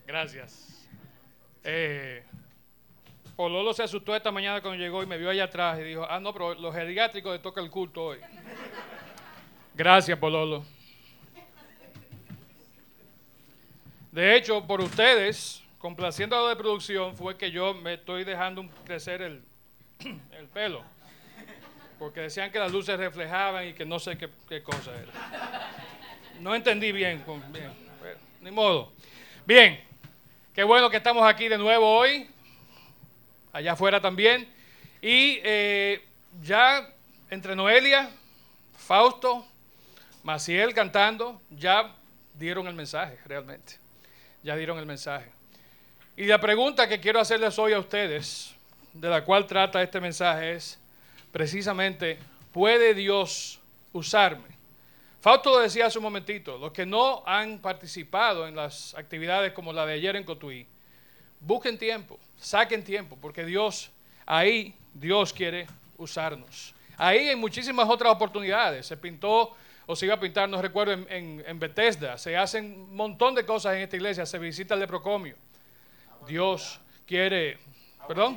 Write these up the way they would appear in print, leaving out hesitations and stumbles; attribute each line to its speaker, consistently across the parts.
Speaker 1: Gracias. Pololo se asustó esta mañana cuando llegó y me vio allá atrás y dijo, no, pero los geriátricos les toca el culto hoy. Gracias, Pololo. De hecho, por ustedes, complaciendo a lo de producción, fue que yo me estoy dejando crecer el pelo. Porque decían que las luces reflejaban y que no sé qué cosa era. No entendí bien. Pero, ni modo. Bien, qué bueno que estamos aquí de nuevo hoy. Allá afuera también. Y ya entre Noelia, Fausto, Maciel cantando, ya dieron el mensaje realmente. Ya dieron el mensaje. Y la pregunta que quiero hacerles hoy a ustedes, de la cual trata este mensaje, es precisamente, ¿puede Dios usarme? Fausto lo decía hace un momentito, los que no han participado en las actividades como la de ayer en Cotuí, busquen tiempo, saquen tiempo, porque Dios quiere usarnos. Ahí hay muchísimas otras oportunidades. Se pintó o se iba a pintar, no recuerdo, en Bethesda. Se hacen un montón de cosas en esta iglesia. Se visita el leprocomio. Dios quiere... ¿Perdón?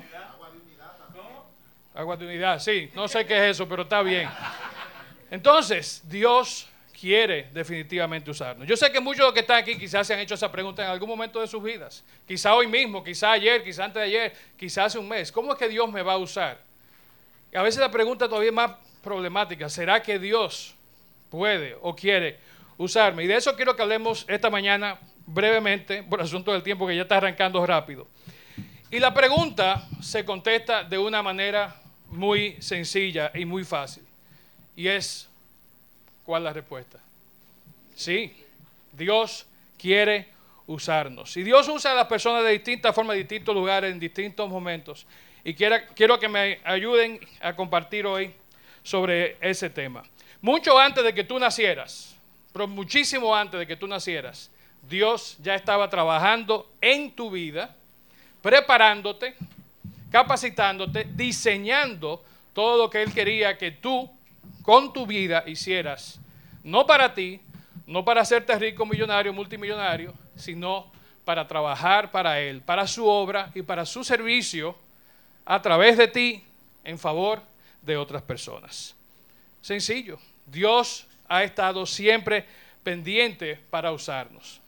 Speaker 1: Agua de unidad, sí. No sé qué es eso, pero está bien. Entonces, Dios quiere definitivamente usarnos. Yo sé que muchos de los que están aquí quizás se han hecho esa pregunta en algún momento de sus vidas. Quizá hoy mismo, quizá ayer, quizá antes de ayer, quizá hace un mes. ¿Cómo es que Dios me va a usar? Y a veces la pregunta todavía es más problemática. ¿Será que Dios puede o quiere usarme? Y de eso quiero que hablemos esta mañana brevemente, por asunto del tiempo que ya está arrancando rápido. Y la pregunta se contesta de una manera muy sencilla y muy fácil. Y es, ¿cuál es la respuesta? Sí, Dios quiere usarnos. Y Dios usa a las personas de distintas formas, en distintos lugares, en distintos momentos. Y quiero que me ayuden a compartir hoy sobre ese tema. Mucho antes de que tú nacieras, pero muchísimo antes de que tú nacieras, Dios ya estaba trabajando en tu vida, preparándote, capacitándote, diseñando todo lo que Él quería que tú con tu vida hicieras, no para ti, no para hacerte rico, millonario, multimillonario, sino para trabajar para Él, para su obra y para su servicio a través de ti en favor de otras personas. Sencillo, Dios ha estado siempre pendiente para usarnos.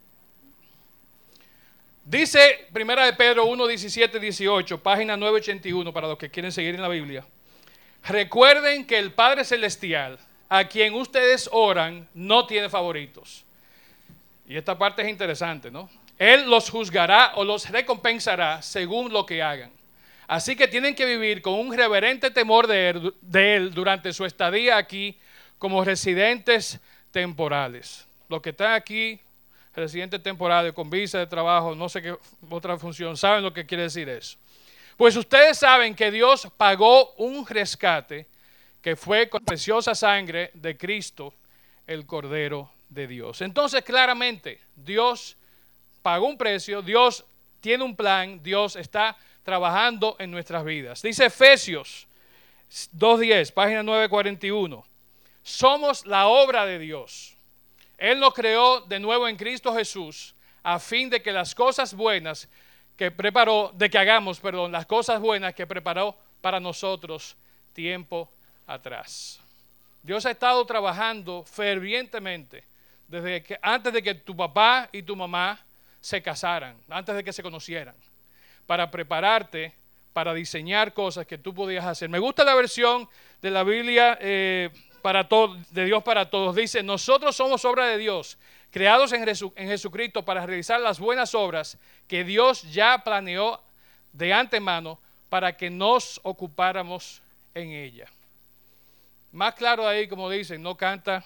Speaker 1: Dice 1 de Pedro 1, 17, 18, página 981, para los que quieren seguir en la Biblia. Recuerden que el Padre Celestial, a quien ustedes oran, no tiene favoritos. Y esta parte es interesante, ¿no? Él los juzgará o los recompensará según lo que hagan. Así que tienen que vivir con un reverente temor de él durante su estadía aquí como residentes temporales. Los que están aquí, residentes temporales, con visa de trabajo, no sé qué otra función, saben lo que quiere decir eso. Pues ustedes saben que Dios pagó un rescate que fue con la preciosa sangre de Cristo, el Cordero de Dios. Entonces, claramente, Dios pagó un precio, Dios tiene un plan, Dios está trabajando en nuestras vidas. Dice Efesios 2:10, página 941. Somos la obra de Dios. Él nos creó de nuevo en Cristo Jesús a fin de que las cosas buenas que preparó, las cosas buenas que preparó para nosotros tiempo atrás. Dios ha estado trabajando fervientemente desde que antes de que tu papá y tu mamá se casaran, antes de que se conocieran, para prepararte, para diseñar cosas que tú podías hacer. Me gusta la versión de la Biblia de Dios para todos. Dice, nosotros somos obra de Dios, creados en Jesucristo para realizar las buenas obras que Dios ya planeó de antemano para que nos ocupáramos en ella. Más claro ahí, como dicen, no canta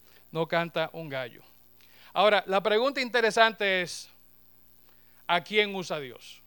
Speaker 1: un gallo. Ahora, la pregunta interesante es, ¿a quién usa Dios?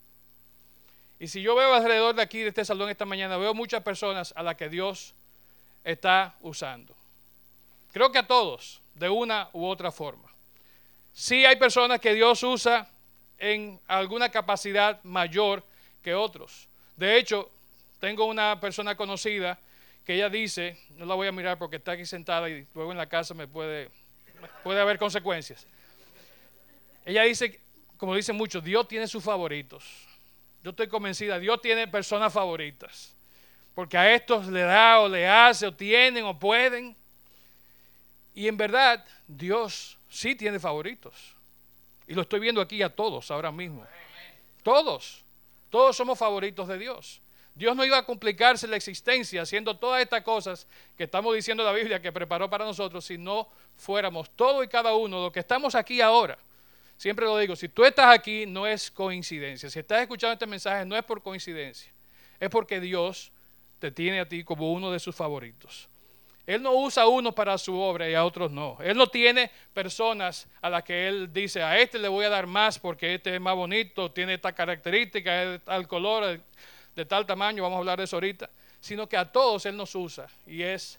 Speaker 1: Y si yo veo alrededor de aquí, de este salón esta mañana, veo muchas personas a las que Dios está usando. Creo que a todos, de una u otra forma. Sí hay personas que Dios usa en alguna capacidad mayor que otros. De hecho, tengo una persona conocida que ella dice, no la voy a mirar porque está aquí sentada y luego en la casa puede haber consecuencias. Ella dice como dicen muchos, Dios tiene sus favoritos. Yo estoy convencida, Dios tiene personas favoritas. Porque a estos le da o le hace o tienen o pueden. Y en verdad, Dios sí tiene favoritos. Y lo estoy viendo aquí a todos ahora mismo. Todos somos favoritos de Dios. Dios no iba a complicarse la existencia haciendo todas estas cosas que estamos diciendo en la Biblia que preparó para nosotros si no fuéramos todos y cada uno, los que estamos aquí ahora. Siempre lo digo, si tú estás aquí no es coincidencia. Si estás escuchando este mensaje no es por coincidencia. Es porque Dios te tiene a ti como uno de sus favoritos. Él no usa a unos para su obra y a otros no. Él no tiene personas a las que Él dice, a este le voy a dar más porque este es más bonito, tiene esta característica, es de tal color, de tal tamaño, vamos a hablar de eso ahorita. Sino que a todos Él nos usa y es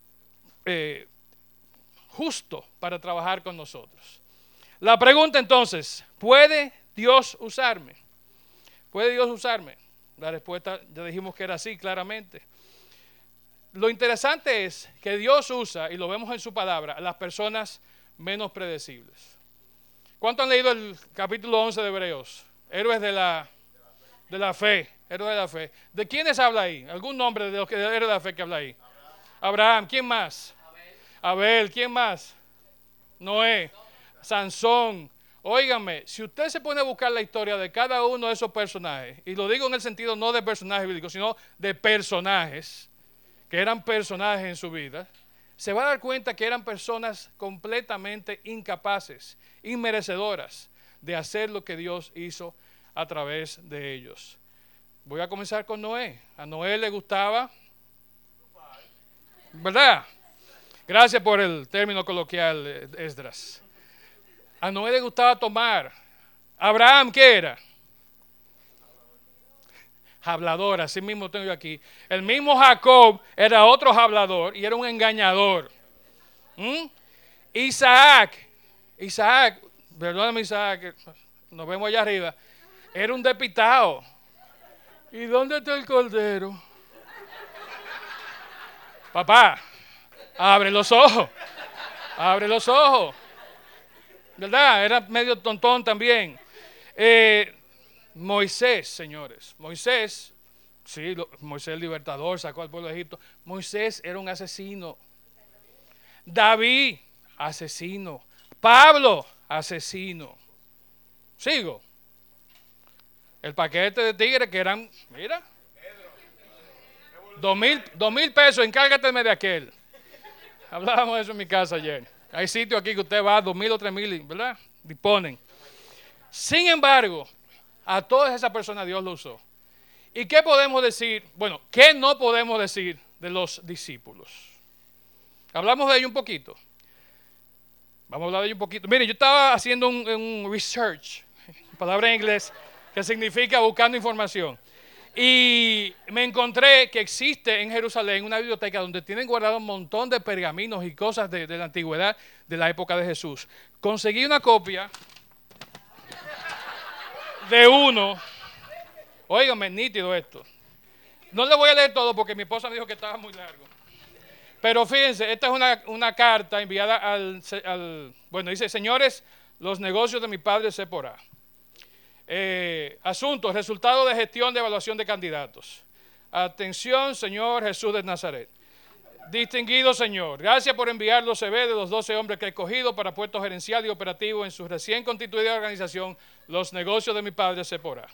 Speaker 1: justo para trabajar con nosotros. La pregunta entonces, ¿puede Dios usarme? ¿Puede Dios usarme? La respuesta ya dijimos que era sí, claramente. Lo interesante es que Dios usa, y lo vemos en su palabra, a las personas menos predecibles. ¿Cuántos han leído el capítulo 11 de Hebreos? Héroes de la fe. Héroes de la fe. ¿De quiénes habla ahí? ¿Algún nombre de los héroes de la fe que habla ahí? Abraham. ¿Quién más? Abel. ¿Quién más? Noé. Sansón. Óigame, si usted se pone a buscar la historia de cada uno de esos personajes, y lo digo en el sentido no de personajes bíblicos, sino de personajes, que eran personajes en su vida, se va a dar cuenta que eran personas completamente incapaces, inmerecedoras de hacer lo que Dios hizo a través de ellos. Voy a comenzar con Noé. A Noé le gustaba, ¿verdad? Gracias por el término coloquial, Esdras. A Noé le gustaba tomar. Abraham, ¿qué era? Hablador, así mismo tengo yo aquí. El mismo Jacob era otro hablador y era un engañador. Isaac, perdóname Isaac, nos vemos allá arriba, era un despistado. ¿Y dónde está el cordero? Papá, abre los ojos. Abre los ojos. ¿Verdad? Era medio tontón también. Moisés, señores. Moisés, sí, Moisés el libertador, sacó al pueblo de Egipto. Moisés era un asesino. David, asesino. Pablo, asesino. Sigo. El paquete de tigres que eran, mira, 2,000 pesos, encárgateme de aquel. Hablábamos de eso en mi casa ayer. Hay sitios aquí que usted va a 2,000 o 3,000, ¿verdad? Disponen. Sin embargo, a todas esas personas Dios lo usó. ¿Y qué podemos decir? Bueno, ¿qué no podemos decir de los discípulos? Hablamos de ello un poquito. Vamos a hablar de ello un poquito. Miren, yo estaba haciendo un research, palabra en inglés, que significa buscando información. Y me encontré que existe en Jerusalén una biblioteca donde tienen guardado un montón de pergaminos y cosas de la antigüedad de la época de Jesús. Conseguí una copia de uno. Óigame, nítido esto. No le voy a leer todo porque mi esposa me dijo que estaba muy largo. Pero fíjense, esta es una carta enviada bueno, dice, señores, los negocios de mi padre se porá. Asuntos, resultado de gestión de evaluación de candidatos. Atención, señor Jesús de Nazaret. Distinguido señor, gracias por enviar los CV de los 12 hombres que he escogido para puestos gerencial y operativo en su recién constituida organización, los negocios de mi padre se porá.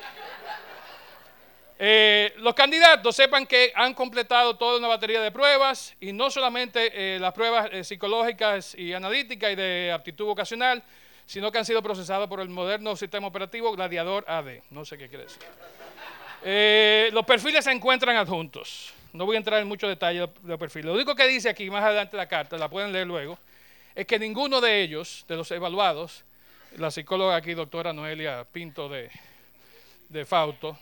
Speaker 1: Los candidatos sepan que han completado toda una batería de pruebas y no solamente las pruebas psicológicas y analíticas y de aptitud vocacional, sino que han sido procesados por el moderno sistema operativo Gladiador AD. No sé qué quiere decir. Los perfiles se encuentran adjuntos. No voy a entrar en mucho detalle de los perfiles. Lo único que dice aquí, más adelante la carta, la pueden leer luego, es que ninguno de ellos, de los evaluados, la psicóloga aquí, doctora Noelia Pinto de Fausto,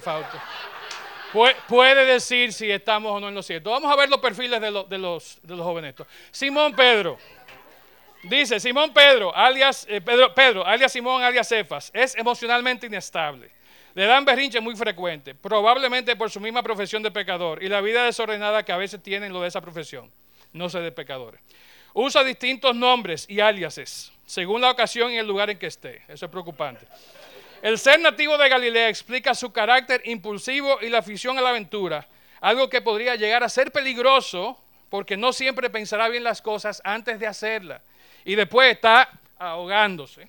Speaker 1: puede decir si estamos o no en lo cierto. Vamos a ver los perfiles de los jóvenes estos. Simón Pedro. Dice, Simón Pedro, alias Simón, alias Cefas, es emocionalmente inestable. Le dan berrinche muy frecuente, probablemente por su misma profesión de pecador y la vida desordenada que a veces tienen lo de esa profesión. No sé de pecadores. Usa distintos nombres y aliases. según la ocasión y el lugar en que esté. Eso es preocupante. El ser nativo de Galilea explica su carácter impulsivo y la afición a la aventura, algo que podría llegar a ser peligroso porque no siempre pensará bien las cosas antes de hacerlas y después está ahogándose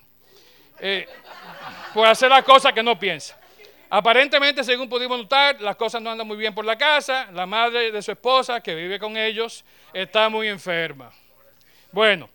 Speaker 1: por hacer las cosas que no piensa. Aparentemente, según pudimos notar, las cosas no andan muy bien por la casa. La madre de su esposa, que vive con ellos, está muy enferma. Bueno,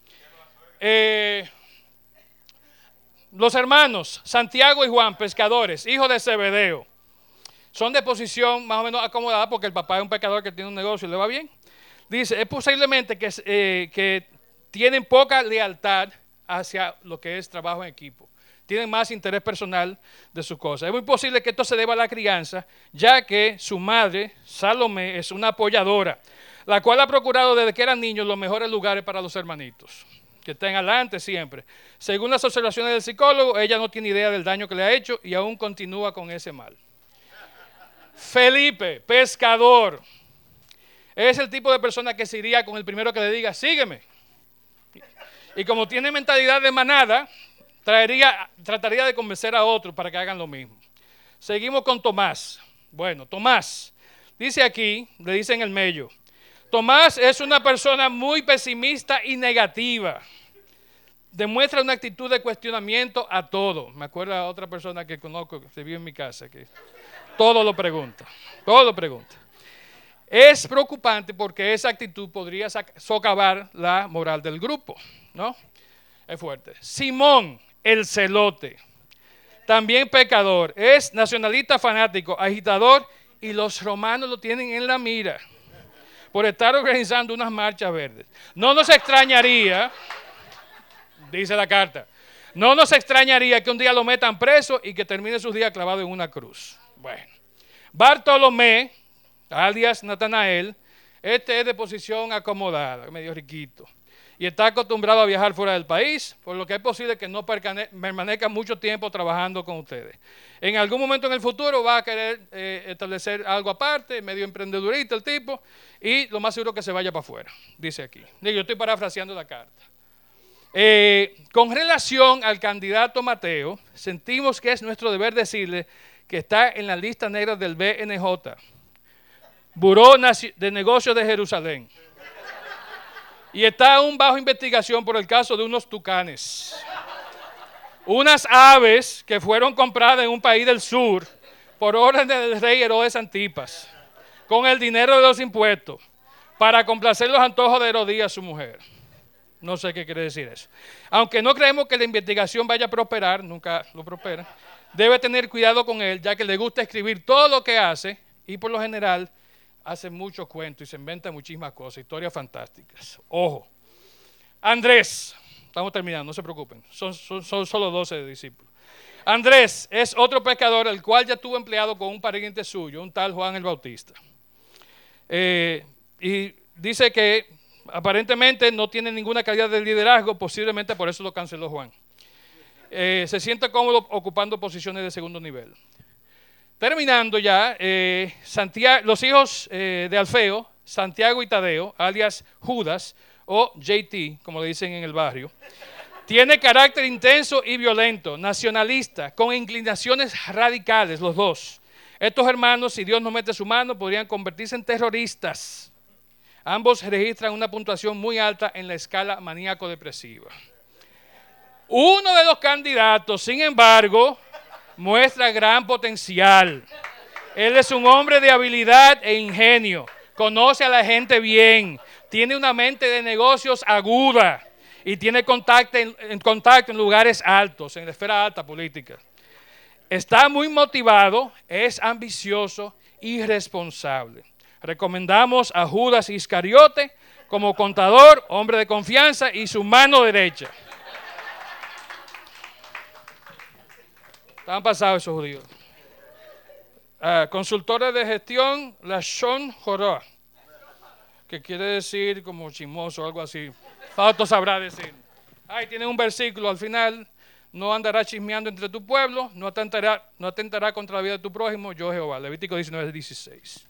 Speaker 1: los hermanos Santiago y Juan, pescadores, hijos de Zebedeo, son de posición más o menos acomodada porque el papá es un pescador que tiene un negocio y le va bien. Dice, es posiblemente que tienen poca lealtad hacia lo que es trabajo en equipo. Tienen más interés personal de sus cosas. Es muy posible que esto se deba a la crianza, ya que su madre, Salomé, es una apoyadora, la cual ha procurado desde que eran niños los mejores lugares para los hermanitos, que estén adelante siempre. Según las observaciones del psicólogo, ella no tiene idea del daño que le ha hecho y aún continúa con ese mal. Felipe, pescador, es el tipo de persona que se iría con el primero que le diga, sígueme. Y como tiene mentalidad de manada, trataría de convencer a otros para que hagan lo mismo. Seguimos con Tomás. Bueno, Tomás, dice aquí, le dice en el medio, Tomás es una persona muy pesimista y negativa. Demuestra una actitud de cuestionamiento a todo. Me acuerdo a otra persona que conozco, que vive en mi casa, que todo lo pregunta, todo lo pregunta. Es preocupante porque esa actitud podría socavar la moral del grupo, ¿no? Es fuerte. Simón, el celote, también pecador, es nacionalista fanático, agitador, y los romanos lo tienen en la mira por estar organizando unas marchas verdes. No nos extrañaría, dice la carta, no nos extrañaría que un día lo metan preso y que termine sus días clavado en una cruz. Bueno, Bartolomé, alias Natanael, este es de posición acomodada, medio riquito, y está acostumbrado a viajar fuera del país, por lo que es posible que no permanezca mucho tiempo trabajando con ustedes. En algún momento en el futuro va a querer establecer algo aparte, medio emprendedurista el tipo, y lo más seguro que se vaya para afuera, dice aquí. Digo, yo estoy parafraseando la carta. Con relación al candidato Mateo, sentimos que es nuestro deber decirle que está en la lista negra del BNJ, Buró de Negocios de Jerusalén, y está aún bajo investigación por el caso de unos tucanes, unas aves que fueron compradas en un país del sur por orden del rey Herodes Antipas, con el dinero de los impuestos, para complacer los antojos de Herodías, su mujer. No sé qué quiere decir eso. Aunque no creemos que la investigación vaya a prosperar, nunca lo prospera, debe tener cuidado con él, ya que le gusta escribir todo lo que hace y por lo general hace muchos cuentos y se inventa muchísimas cosas, historias fantásticas. Ojo. Andrés, estamos terminando, no se preocupen, son solo 12 discípulos. Andrés es otro pescador, el cual ya estuvo empleado con un pariente suyo, un tal Juan el Bautista. Y dice que aparentemente no tiene ninguna calidad de liderazgo, posiblemente por eso lo canceló Juan. Se siente cómodo ocupando posiciones de segundo nivel. Terminando ya, los hijos de Alfeo, Santiago y Tadeo, alias Judas o JT, como le dicen en el barrio, tiene carácter intenso y violento, nacionalista, con inclinaciones radicales, los dos. Estos hermanos, si Dios no mete su mano, podrían convertirse en terroristas. Ambos registran una puntuación muy alta en la escala maníaco-depresiva. Uno de los candidatos, sin embargo, muestra gran potencial. Él es un hombre de habilidad e ingenio, conoce a la gente bien, tiene una mente de negocios aguda y tiene contacto en lugares altos, en la esfera alta política. Está muy motivado, es ambicioso y responsable. Recomendamos a Judas Iscariote como contador, hombre de confianza y su mano derecha. Están pasados esos judíos. Consultores de gestión, la Shon Joroa, que quiere decir como chismoso o algo así. Fausto sabrá decir. Ahí tiene un versículo al final. No andará chismeando entre tu pueblo, no atentará contra la vida de tu prójimo, yo Jehová. Levítico 19:16.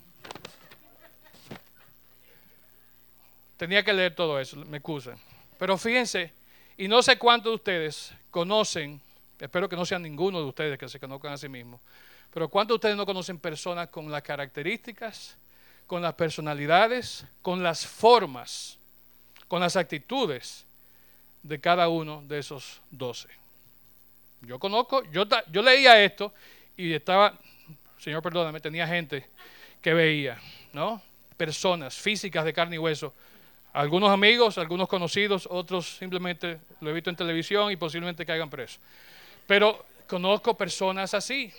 Speaker 1: Tenía que leer todo eso, me excusan. Pero fíjense, Y no sé cuántos de ustedes conocen, espero que no sean ninguno de ustedes que se conozcan a sí mismos, pero cuántos de ustedes no conocen personas con las características, con las personalidades, con las formas, con las actitudes de cada uno de esos 12. Yo conozco, yo leía esto y estaba, Señor perdóname, tenía gente que veía, ¿no? Personas físicas de carne y hueso. Algunos amigos, algunos conocidos, otros simplemente lo he visto en televisión y posiblemente caigan presos. Pero conozco personas así.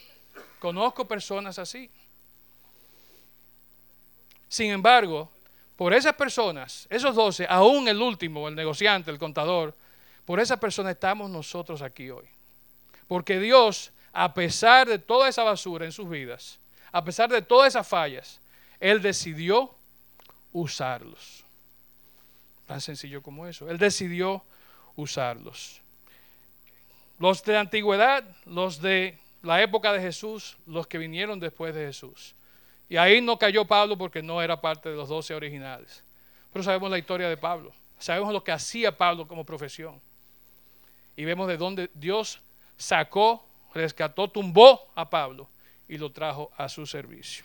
Speaker 1: Sin embargo, por esas personas, esos 12, aún el último, el negociante, el contador, por esas personas estamos nosotros aquí hoy. Porque Dios, a pesar de toda esa basura en sus vidas, a pesar de todas esas fallas, Él decidió usarlos. Tan sencillo como eso. Él decidió usarlos. Los de la antigüedad, los de la época de Jesús, los que vinieron después de Jesús. Y ahí no cayó Pablo porque no era parte de los 12 originales. Pero sabemos la historia de Pablo. Sabemos lo que hacía Pablo como profesión. Y vemos de dónde Dios sacó, rescató, tumbó a Pablo y lo trajo a su servicio.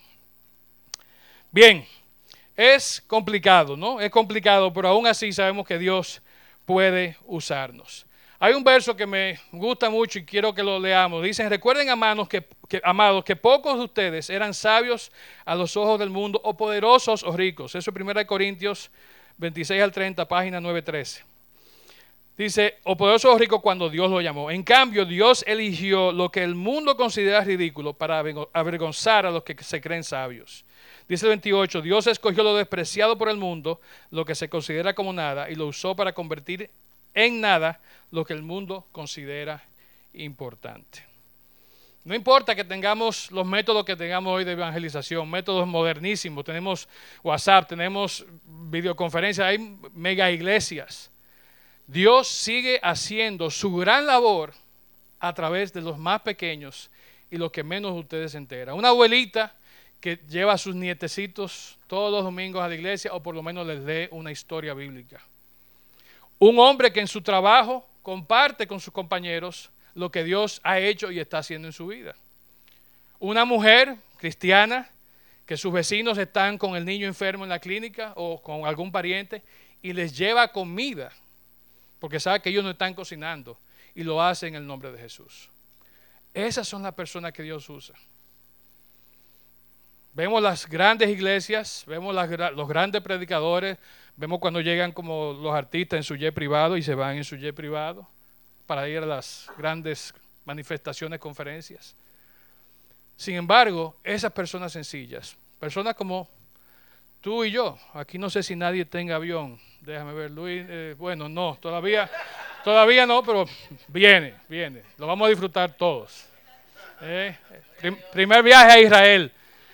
Speaker 1: Bien, es complicado, ¿no? Es complicado, pero aún así sabemos que Dios puede usarnos. Hay un verso que me gusta mucho y quiero que lo leamos. Dicen, recuerden, amados, que pocos de ustedes eran sabios a los ojos del mundo o poderosos o ricos. Eso es 1 Corintios 26 al 30, página 913. Dice, o poderoso o rico cuando Dios lo llamó. En cambio, Dios eligió lo que el mundo considera ridículo para avergonzar a los que se creen sabios. Dice el 28, Dios escogió lo despreciado por el mundo, lo que se considera como nada, y lo usó para convertir en nada lo que el mundo considera importante. No importa que tengamos los métodos que tengamos hoy de evangelización, métodos modernísimos, tenemos WhatsApp, tenemos videoconferencias, hay mega iglesias. Dios sigue haciendo su gran labor a través de los más pequeños y los que menos ustedes se enteran. Una abuelita que lleva a sus nietecitos todos los domingos a la iglesia o por lo menos les lee una historia bíblica. Un hombre que en su trabajo comparte con sus compañeros lo que Dios ha hecho y está haciendo en su vida. Una mujer cristiana que sus vecinos están con el niño enfermo en la clínica o con algún pariente y les lleva comida porque sabe que ellos no están cocinando y lo hace en el nombre de Jesús. Esas son las personas que Dios usa. Vemos las grandes iglesias, vemos los grandes predicadores, vemos cuando llegan como los artistas en su jet privado y se van en su jet privado para ir a las grandes manifestaciones, conferencias. Sin embargo, esas personas sencillas, personas como tú y yo, aquí no sé si nadie tenga avión, déjame ver, Luis, bueno, no, todavía no, pero viene, lo vamos a disfrutar todos. Primer viaje a Israel.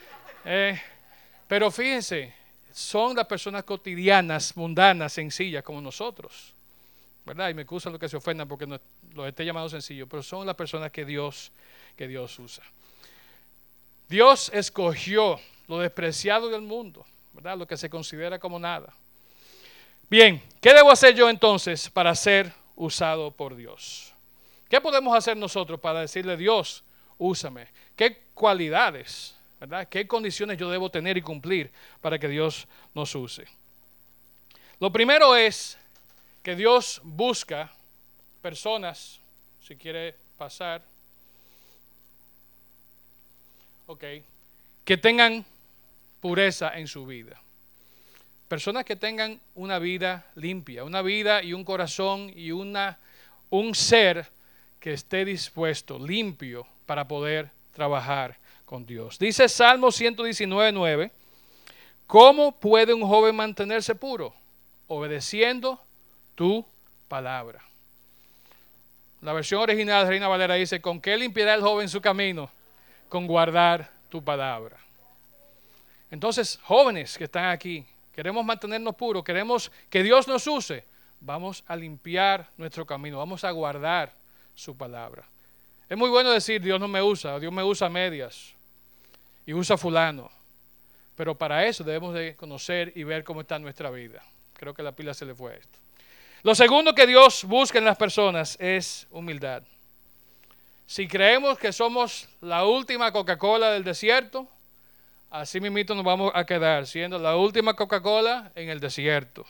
Speaker 1: Pero fíjense, son las personas cotidianas, mundanas, sencillas como nosotros, ¿verdad? Y me excusa lo que se ofendan porque no, los esté llamando sencillos, pero son las personas que Dios usa. Dios escogió lo despreciado del mundo, ¿verdad? Lo que se considera como nada. Bien, ¿qué debo hacer yo entonces para ser usado por Dios? ¿Qué podemos hacer nosotros para decirle, Dios, úsame? ¿Qué cualidades, verdad? ¿Qué condiciones yo debo tener y cumplir para que Dios nos use? Lo primero es que Dios busca personas, si quiere pasar, que tengan pureza en su vida. Personas que tengan una vida limpia, una vida y un corazón y un ser que esté dispuesto, limpio, para poder trabajar con Dios. Dice Salmo 119:9, ¿cómo puede un joven mantenerse puro? Obedeciendo tu palabra. La versión original de Reina Valera dice, ¿con qué limpiará el joven su camino? Con guardar tu palabra. Entonces, jóvenes que están aquí, queremos mantenernos puros, queremos que Dios nos use, vamos a limpiar nuestro camino, vamos a guardar su palabra. Es muy bueno decir, Dios no me usa, Dios me usa a medias y usa a fulano, pero para eso debemos de conocer y ver cómo está nuestra vida. Creo que la pila se le fue a esto. Lo segundo que Dios busca en las personas es humildad. Si creemos que somos la última Coca-Cola del desierto, así mismito nos vamos a quedar siendo la última Coca-Cola en el desierto.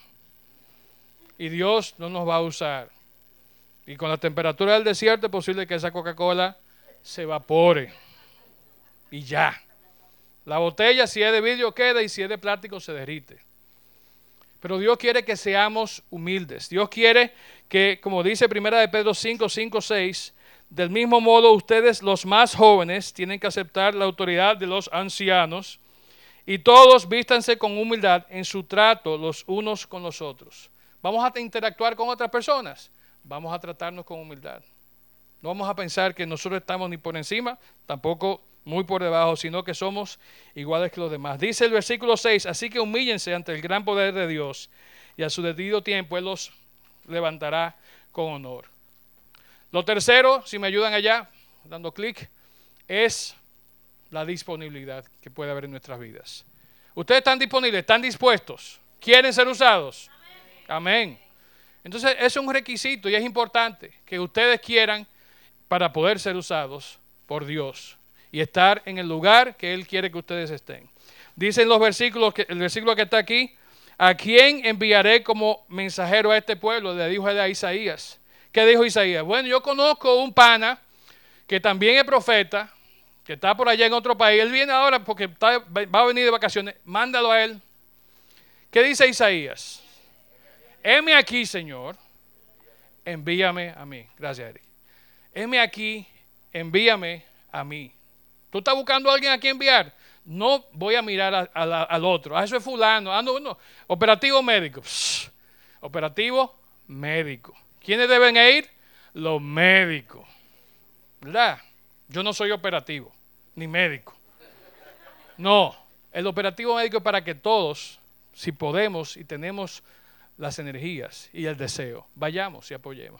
Speaker 1: Y Dios no nos va a usar. Y con la temperatura del desierto es posible que esa Coca-Cola se evapore. Y ya. La botella, si es de vidrio, queda, y si es de plástico, se derrite. Pero Dios quiere que seamos humildes. Dios quiere que, como dice 1 de Pedro 5, 5, 6, del mismo modo ustedes, los más jóvenes, tienen que aceptar la autoridad de los ancianos, y todos vístanse con humildad en su trato los unos con los otros. Vamos a interactuar con otras personas. Vamos a tratarnos con humildad. No vamos a pensar que nosotros estamos ni por encima, tampoco muy por debajo, sino que somos iguales que los demás. Dice el versículo 6, así que humíllense ante el gran poder de Dios, y a su debido tiempo Él los levantará con honor. Lo tercero, si me ayudan allá, dando clic, es la disponibilidad que puede haber en nuestras vidas. ¿Ustedes están disponibles? ¿Están dispuestos? ¿Quieren ser usados? Amén. Entonces, eso es un requisito y es importante que ustedes quieran para poder ser usados por Dios y estar en el lugar que Él quiere que ustedes estén. Dicen los versículos, el versículo que está aquí, ¿a quién enviaré como mensajero a este pueblo? Le dijo a Isaías. ¿Qué dijo Isaías? Bueno, yo conozco un pana que también es profeta, que está por allá en otro país. Él viene ahora porque va a venir de vacaciones. Mándalo a él. ¿Qué dice Isaías? Heme aquí, Señor, envíame a mí. Gracias, Eric. Heme aquí, envíame a mí. ¿Tú estás buscando a alguien a quien enviar? No voy a mirar al otro. Eso es fulano. No. Operativo médico. Operativo médico. ¿Quiénes deben ir? Los médicos. ¿Verdad? Yo no soy operativo, ni médico. No, el operativo médico es para que todos, si podemos y tenemos las energías y el deseo, vayamos y apoyemos.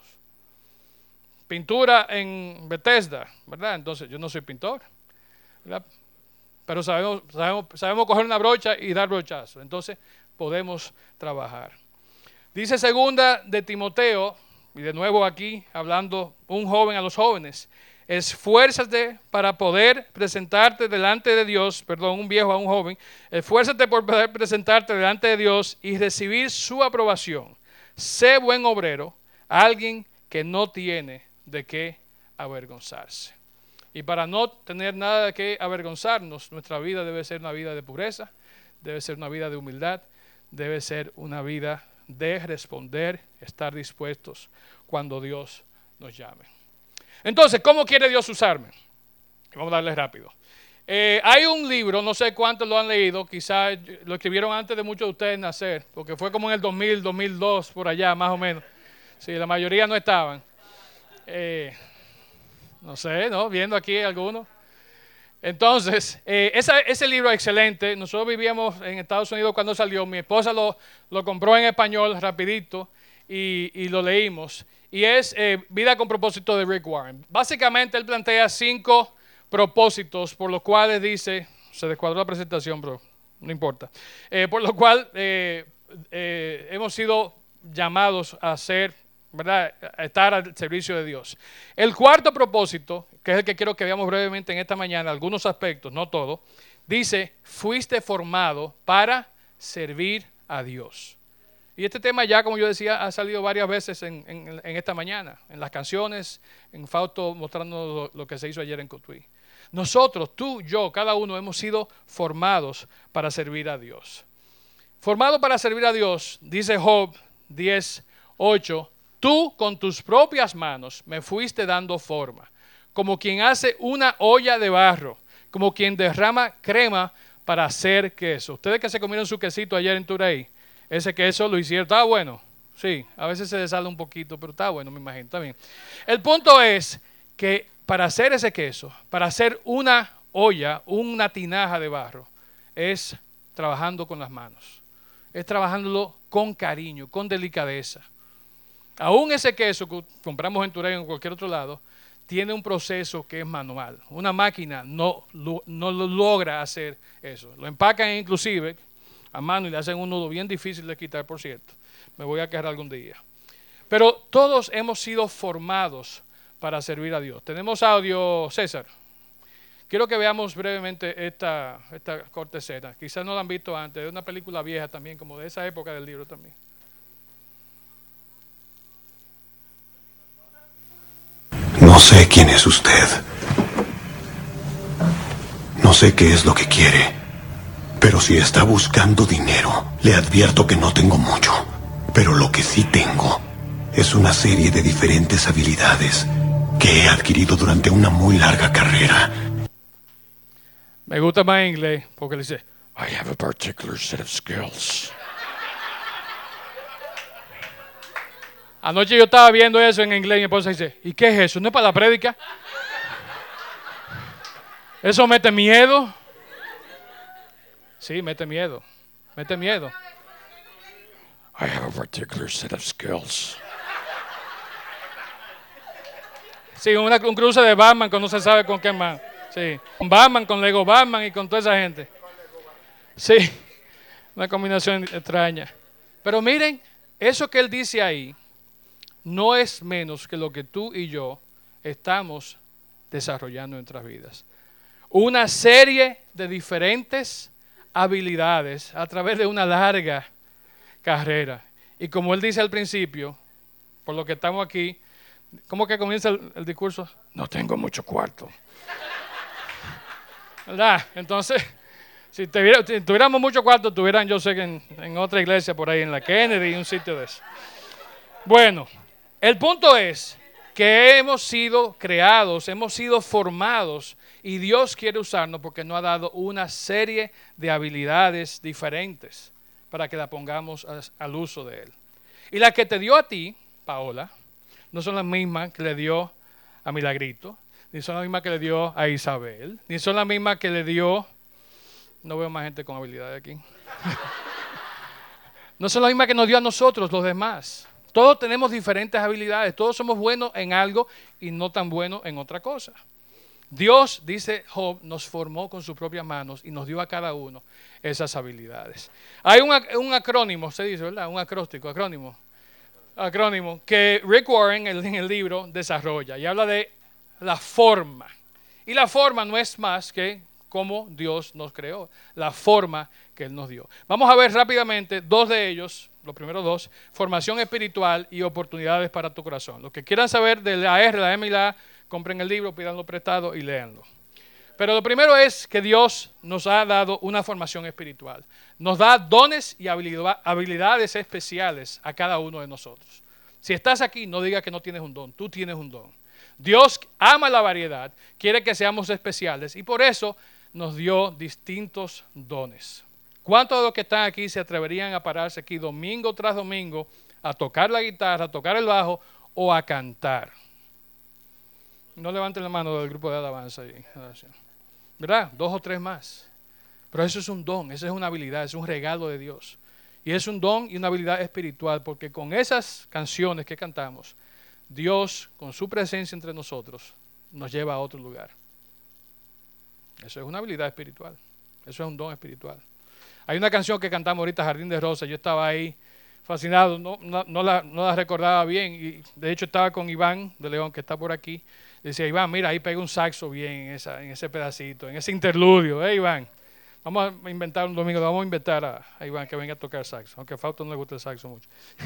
Speaker 1: Pintura en Bethesda, ¿verdad? Entonces, yo no soy pintor, ¿verdad? Pero sabemos coger una brocha y dar brochazo. Entonces, podemos trabajar. Dice segunda de Timoteo, y de nuevo aquí, hablando un joven a los jóvenes, esfuérzate para poder presentarte delante de Dios, un viejo a un joven, esfuérzate por poder presentarte delante de Dios y recibir su aprobación. Sé buen obrero, alguien que no tiene de qué avergonzarse. Y para no tener nada de qué avergonzarnos, nuestra vida debe ser una vida de pureza, debe ser una vida de humildad, debe ser una vida de responder, estar dispuestos cuando Dios nos llame. Entonces, ¿cómo quiere Dios usarme? Vamos a darle rápido. Hay un libro, no sé cuántos lo han leído, quizás lo escribieron antes de muchos de ustedes nacer, porque fue como en el 2000, 2002, por allá, más o menos. Sí, la mayoría no estaban. No sé, ¿no? Viendo aquí algunos. Entonces, ese libro es excelente. Nosotros vivíamos en Estados Unidos cuando salió. Mi esposa lo compró en español rapidito y lo leímos. Y es Vida con propósito de Rick Warren. Básicamente, él plantea 5 propósitos por los cuales dice, se descuadró la presentación, bro, no importa, por lo cual hemos sido llamados a ser, ¿verdad?, a estar al servicio de Dios. El cuarto propósito, que es el que quiero que veamos brevemente en esta mañana, algunos aspectos, no todo, dice, fuiste formado para servir a Dios. Y este tema ya, como yo decía, ha salido varias veces en esta mañana, en las canciones, en Fausto mostrando lo que se hizo ayer en Cotuí. Nosotros, tú, yo, cada uno hemos sido formados para servir a Dios. Formado para servir a Dios, dice Job 10:8, tú con tus propias manos me fuiste dando forma, como quien hace una olla de barro, como quien derrama crema para hacer queso. Ustedes que se comieron su quesito ayer en Turey, ese queso lo hicieron, ¿está bueno? Sí, a veces se desala un poquito, pero está bueno, me imagino, está bien. El punto es que para hacer ese queso, para hacer una olla, una tinaja de barro, es trabajando con las manos, es trabajándolo con cariño, con delicadeza. Aún ese queso que compramos en Turey o en cualquier otro lado, tiene un proceso que es manual. Una máquina no lo logra hacer eso. Lo empacan inclusive a mano y le hacen un nudo bien difícil de quitar, por cierto. Me voy a quejar algún día. Pero todos hemos sido formados para servir a Dios. Tenemos audio, César. Quiero que veamos brevemente esta corta escena. Quizás no la han visto antes, es una película vieja también, como de esa época del libro también.
Speaker 2: No sé quién es usted. No sé qué es lo que quiere. Pero si está buscando dinero, le advierto que no tengo mucho. Pero lo que sí tengo es una serie de diferentes habilidades que he adquirido durante una muy larga carrera.
Speaker 1: Me gusta más en inglés porque le dice, I have a particular set of skills. Anoche yo estaba viendo eso en inglés y mi esposa dice, ¿y qué es eso? ¿No es para la prédica? ¿Eso mete miedo? Sí, mete miedo. Mete miedo. I have a particular set of skills. Sí, un cruce de Batman que no se sabe con qué más. Sí, con Batman, con Lego Batman y con toda esa gente. Sí, una combinación extraña. Pero miren, eso que él dice ahí no es menos que lo que tú y yo estamos desarrollando en nuestras vidas. Una serie de diferentes habilidades a través de una larga carrera. Y como él dice al principio, por lo que estamos aquí, ¿cómo que comienza el discurso? No tengo mucho cuarto. ¿Verdad? Entonces, si tuviéramos mucho cuarto, estuvieran, yo sé que en otra iglesia por ahí, en la Kennedy, un sitio de eso. Bueno, el punto es que hemos sido creados, hemos sido formados y Dios quiere usarnos porque nos ha dado una serie de habilidades diferentes para que la pongamos al uso de Él. Y la que te dio a ti, Paola, no son las mismas que le dio a Milagrito, ni son las mismas que le dio a Isabel, ni son las mismas que le dio, no veo más gente con habilidades aquí, no son las mismas que nos dio a nosotros, los demás. Todos tenemos diferentes habilidades, todos somos buenos en algo y no tan buenos en otra cosa. Dios, dice Job, nos formó con sus propias manos y nos dio a cada uno esas habilidades. Hay un acrónimo, se dice, ¿verdad? Un acrónimo que Rick Warren en el libro desarrolla y habla de la forma. Y la forma no es más que cómo Dios nos creó, la forma que Él nos dio. Vamos a ver rápidamente dos de ellos, los primeros dos, formación espiritual y oportunidades para tu corazón. Los que quieran saber de la R, la M y la A, compren el libro, pídanlo prestado y léanlo. Pero lo primero es que Dios nos ha dado una formación espiritual. Nos da dones y habilidades especiales a cada uno de nosotros. Si estás aquí, no digas que no tienes un don, tú tienes un don. Dios ama la variedad, quiere que seamos especiales y por eso nos dio distintos dones. ¿Cuántos de los que están aquí se atreverían a pararse aquí domingo tras domingo a tocar la guitarra, a tocar el bajo o a cantar? No levanten la mano del grupo de alabanza ahí. ¿Verdad? 2 o 3 más. Pero eso es un don, esa es una habilidad, es un regalo de Dios. Y es un don y una habilidad espiritual porque con esas canciones que cantamos, Dios, con su presencia entre nosotros, nos lleva a otro lugar. Eso es una habilidad espiritual. Eso es un don espiritual. Hay una canción que cantamos ahorita, Jardín de Rosas. Yo estaba ahí fascinado, no la recordaba bien. Y de hecho estaba con Iván de León, que está por aquí. Decía, Iván, mira, ahí pega un saxo bien en ese pedacito, en ese interludio. Iván, vamos a inventar un domingo, vamos a inventar a Iván que venga a tocar saxo. Aunque a Fausto no le gusta el saxo mucho.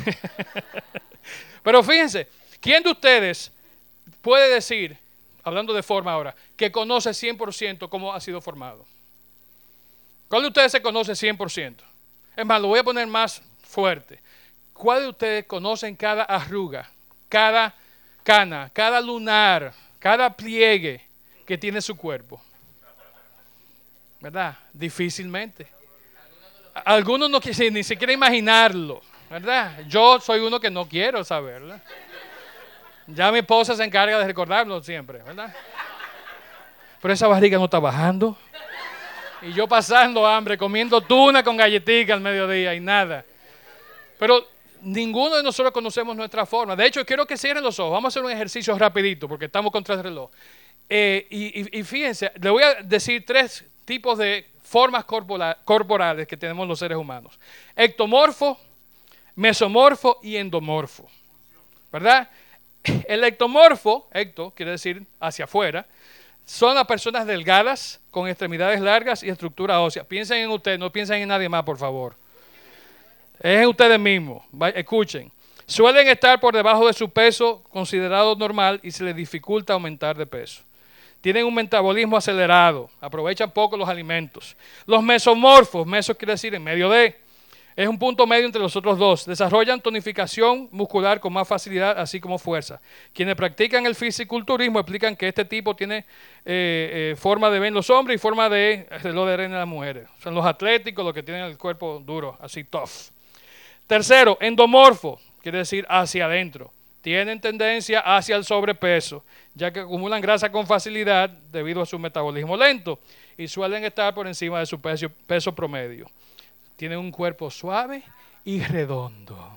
Speaker 1: Pero fíjense, ¿quién de ustedes puede decir, hablando de forma ahora, que conoce 100% cómo ha sido formado? ¿Cuál de ustedes se conoce 100%? Es más, lo voy a poner más fuerte. ¿Cuál de ustedes conocen cada arruga, cada cana, cada lunar, cada pliegue que tiene su cuerpo? ¿Verdad? Difícilmente. Algunos no quieren ni siquiera imaginarlo, ¿verdad? Yo soy uno que no quiero saberlo. Ya mi esposa se encarga de recordarlo siempre, ¿verdad? Pero esa barriga no está bajando. Y yo pasando hambre, comiendo tuna con galletica al mediodía y nada. Pero ninguno de nosotros conocemos nuestra forma. De hecho, quiero que cierren los ojos. Vamos a hacer un ejercicio rapidito porque estamos contra el reloj. Y fíjense, le voy a decir 3 tipos de formas corporales que tenemos los seres humanos. Ectomorfo, mesomorfo y endomorfo. ¿verdad? El ectomorfo, ecto quiere decir hacia afuera, son las personas delgadas, con extremidades largas y estructura ósea. Piensen en ustedes, no piensen en nadie más, por favor. Es en ustedes mismos. Escuchen. Suelen estar por debajo de su peso considerado normal y se les dificulta aumentar de peso. Tienen un metabolismo acelerado, aprovechan poco los alimentos. Los mesomorfos, meso quiere decir en medio de, es un punto medio entre los otros dos. Desarrollan tonificación muscular con más facilidad, así como fuerza. Quienes practican el fisiculturismo explican que este tipo tiene forma de ver en los hombres y forma de reloj de arena en las mujeres. Son los atléticos, los que tienen el cuerpo duro, así tough. Tercero, endomorfo, quiere decir hacia adentro. Tienen tendencia hacia el sobrepeso, ya que acumulan grasa con facilidad debido a su metabolismo lento y suelen estar por encima de su peso promedio. Tienen un cuerpo suave y redondo.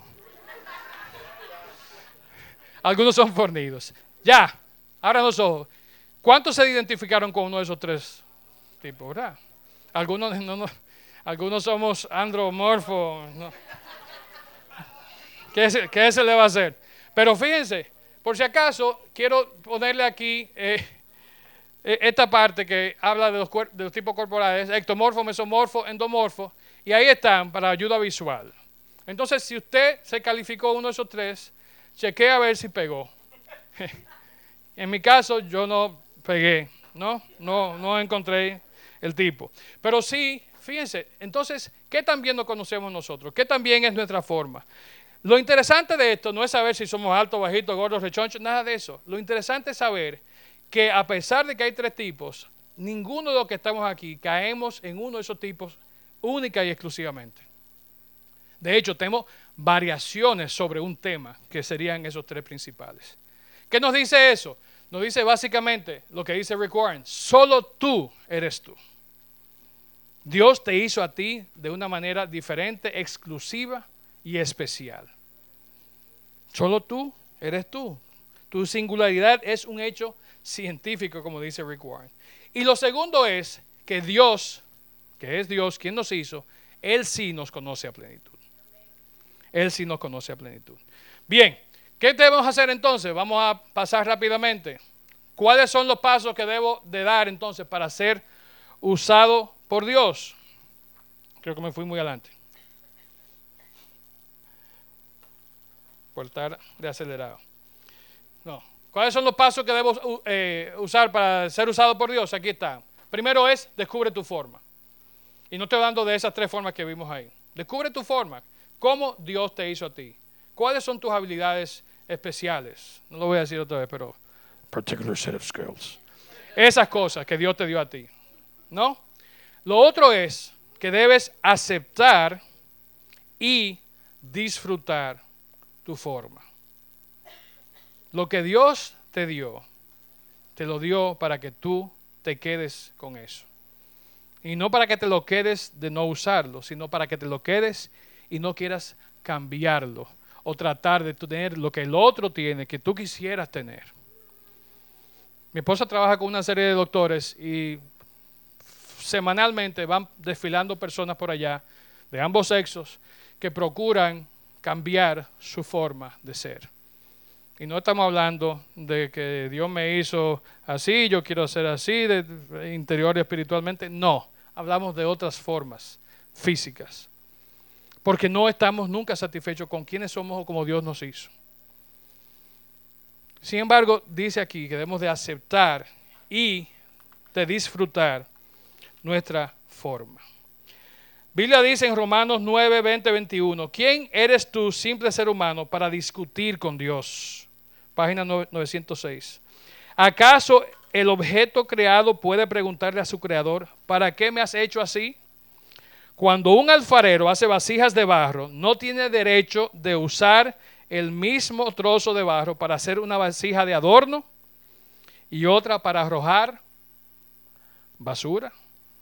Speaker 1: Algunos son fornidos. Ya, abran los ojos. ¿Cuántos se identificaron con uno de esos tres tipos, verdad? Algunos somos andromorfos. No. ¿Qué se le va a hacer? Pero fíjense, por si acaso, quiero ponerle aquí esta parte que habla de los tipos corporales, ectomorfo, mesomorfo, endomorfo, y ahí están para ayuda visual. Entonces, si usted se calificó uno de esos tres, chequee a ver si pegó. En mi caso, yo no pegué, no encontré el tipo. Pero sí, fíjense, entonces, ¿qué tan bien nos conocemos nosotros? ¿Qué tan bien es nuestra forma? Lo interesante de esto no es saber si somos altos, bajitos, gordos, rechonchos, nada de eso. Lo interesante es saber que a pesar de que hay tres tipos, ninguno de los que estamos aquí caemos en uno de esos tipos única y exclusivamente. De hecho, tenemos variaciones sobre un tema que serían esos tres principales. ¿Qué nos dice eso? Nos dice básicamente lo que dice Rick Warren: solo tú eres tú. Dios te hizo a ti de una manera diferente, exclusiva y especial. Solo tú eres tú. Tu singularidad es un hecho científico, como dice Rick Warren. Y lo segundo es que Dios, que es Dios quien nos hizo, Él sí nos conoce a plenitud. Él sí nos conoce a plenitud. Bien, ¿qué debemos hacer entonces? Vamos a pasar rápidamente. ¿Cuáles son los pasos que debo de dar entonces para ser usado por Dios? Creo que me fui muy adelante. Por estar de acelerado. No. ¿Cuáles son los pasos que debo usar para ser usado por Dios? Aquí está. Primero es, descubre tu forma. Y no estoy hablando de esas tres formas que vimos ahí. Descubre tu forma. ¿Cómo Dios te hizo a ti? ¿Cuáles son tus habilidades especiales? No lo voy a decir otra vez, pero particular set of skills. Esas cosas que Dios te dio a ti. ¿No? Lo otro es que debes aceptar y disfrutar tu forma. Lo que Dios te dio, te lo dio para que tú te quedes con eso. Y no para que te lo quedes de no usarlo, sino para que te lo quedes y no quieras cambiarlo o tratar de tener lo que el otro tiene, que tú quisieras tener. Mi esposa trabaja con una serie de doctores y semanalmente van desfilando personas por allá de ambos sexos que procuran cambiar su forma de ser. Y no estamos hablando de que Dios me hizo así, yo quiero ser así, de interior y espiritualmente. No, hablamos de otras formas físicas. Porque no estamos nunca satisfechos con quiénes somos o como Dios nos hizo. Sin embargo, dice aquí que debemos de aceptar y de disfrutar nuestra forma. Biblia dice en Romanos 9, 20, 21, ¿quién eres tú, simple ser humano, para discutir con Dios? Página 906. ¿Acaso el objeto creado puede preguntarle a su creador, ¿para qué me has hecho así? Cuando un alfarero hace vasijas de barro, no tiene derecho de usar el mismo trozo de barro para hacer una vasija de adorno y otra para arrojar basura.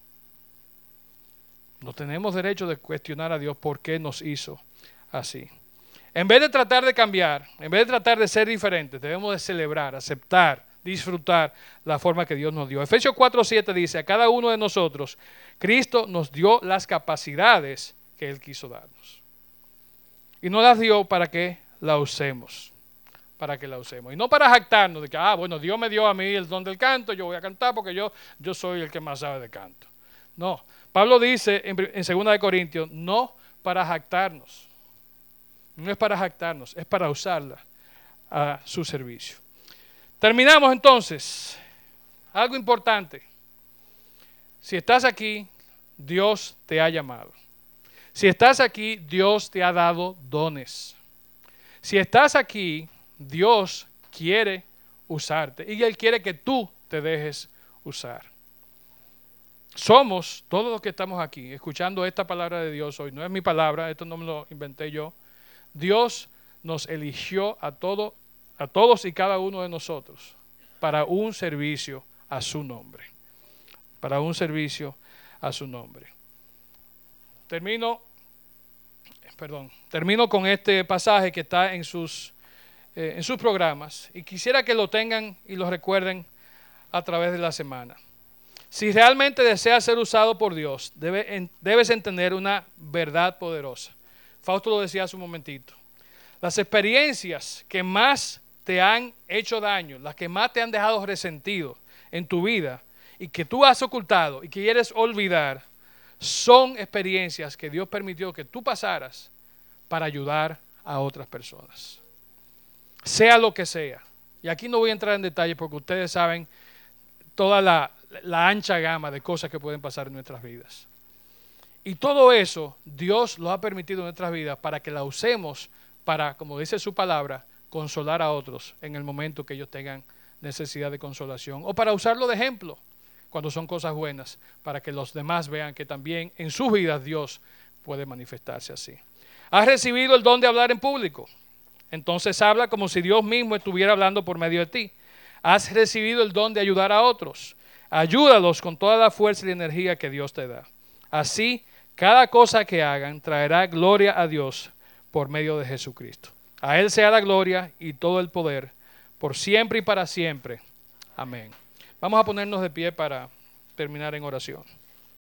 Speaker 1: No tenemos derecho de cuestionar a Dios por qué nos hizo así. En vez de tratar de cambiar, en vez de tratar de ser diferentes, debemos de celebrar, aceptar, disfrutar la forma que Dios nos dio. Efesios 4:7 dice, a cada uno de nosotros, Cristo nos dio las capacidades que Él quiso darnos. Y nos las dio para que la usemos. para que la usemos. Y no para jactarnos de que, bueno, Dios me dio a mí el don del canto, yo voy a cantar porque yo soy el que más sabe de canto. No, Pablo dice en 2 Corintios, no para jactarnos. No es para jactarnos, es para usarla a su servicio. Terminamos entonces. Algo importante. Si estás aquí, Dios te ha llamado. Si estás aquí, Dios te ha dado dones. Si estás aquí, Dios quiere usarte y Él quiere que tú te dejes usar. Somos, todos los que estamos aquí, escuchando esta palabra de Dios hoy, no es mi palabra, esto no me lo inventé yo. Dios nos eligió a todos y cada uno de nosotros para un servicio a su nombre. Para un servicio a su nombre. Termino con este pasaje que está en sus programas y quisiera que lo tengan y lo recuerden a través de la semana. Si realmente deseas ser usado por Dios, debes entender una verdad poderosa. Fausto lo decía hace un momentito. Las experiencias que más te han hecho daño, las que más te han dejado resentido en tu vida y que tú has ocultado y que quieres olvidar, son experiencias que Dios permitió que tú pasaras para ayudar a otras personas. Sea lo que sea. Y aquí no voy a entrar en detalle porque ustedes saben toda la ancha gama de cosas que pueden pasar en nuestras vidas. Y todo eso Dios lo ha permitido en nuestras vidas para que la usemos para, como dice su palabra, consolar a otros en el momento que ellos tengan necesidad de consolación. O para usarlo de ejemplo cuando son cosas buenas, para que los demás vean que también en sus vidas Dios puede manifestarse así. ¿Has recibido el don de hablar en público? Entonces habla como si Dios mismo estuviera hablando por medio de ti. ¿Has recibido el don de ayudar a otros? Ayúdalos con toda la fuerza y energía que Dios te da. Así, cada cosa que hagan traerá gloria a Dios por medio de Jesucristo. A Él sea la gloria y todo el poder, por siempre y para siempre. Amén. Vamos a ponernos de pie para terminar en oración.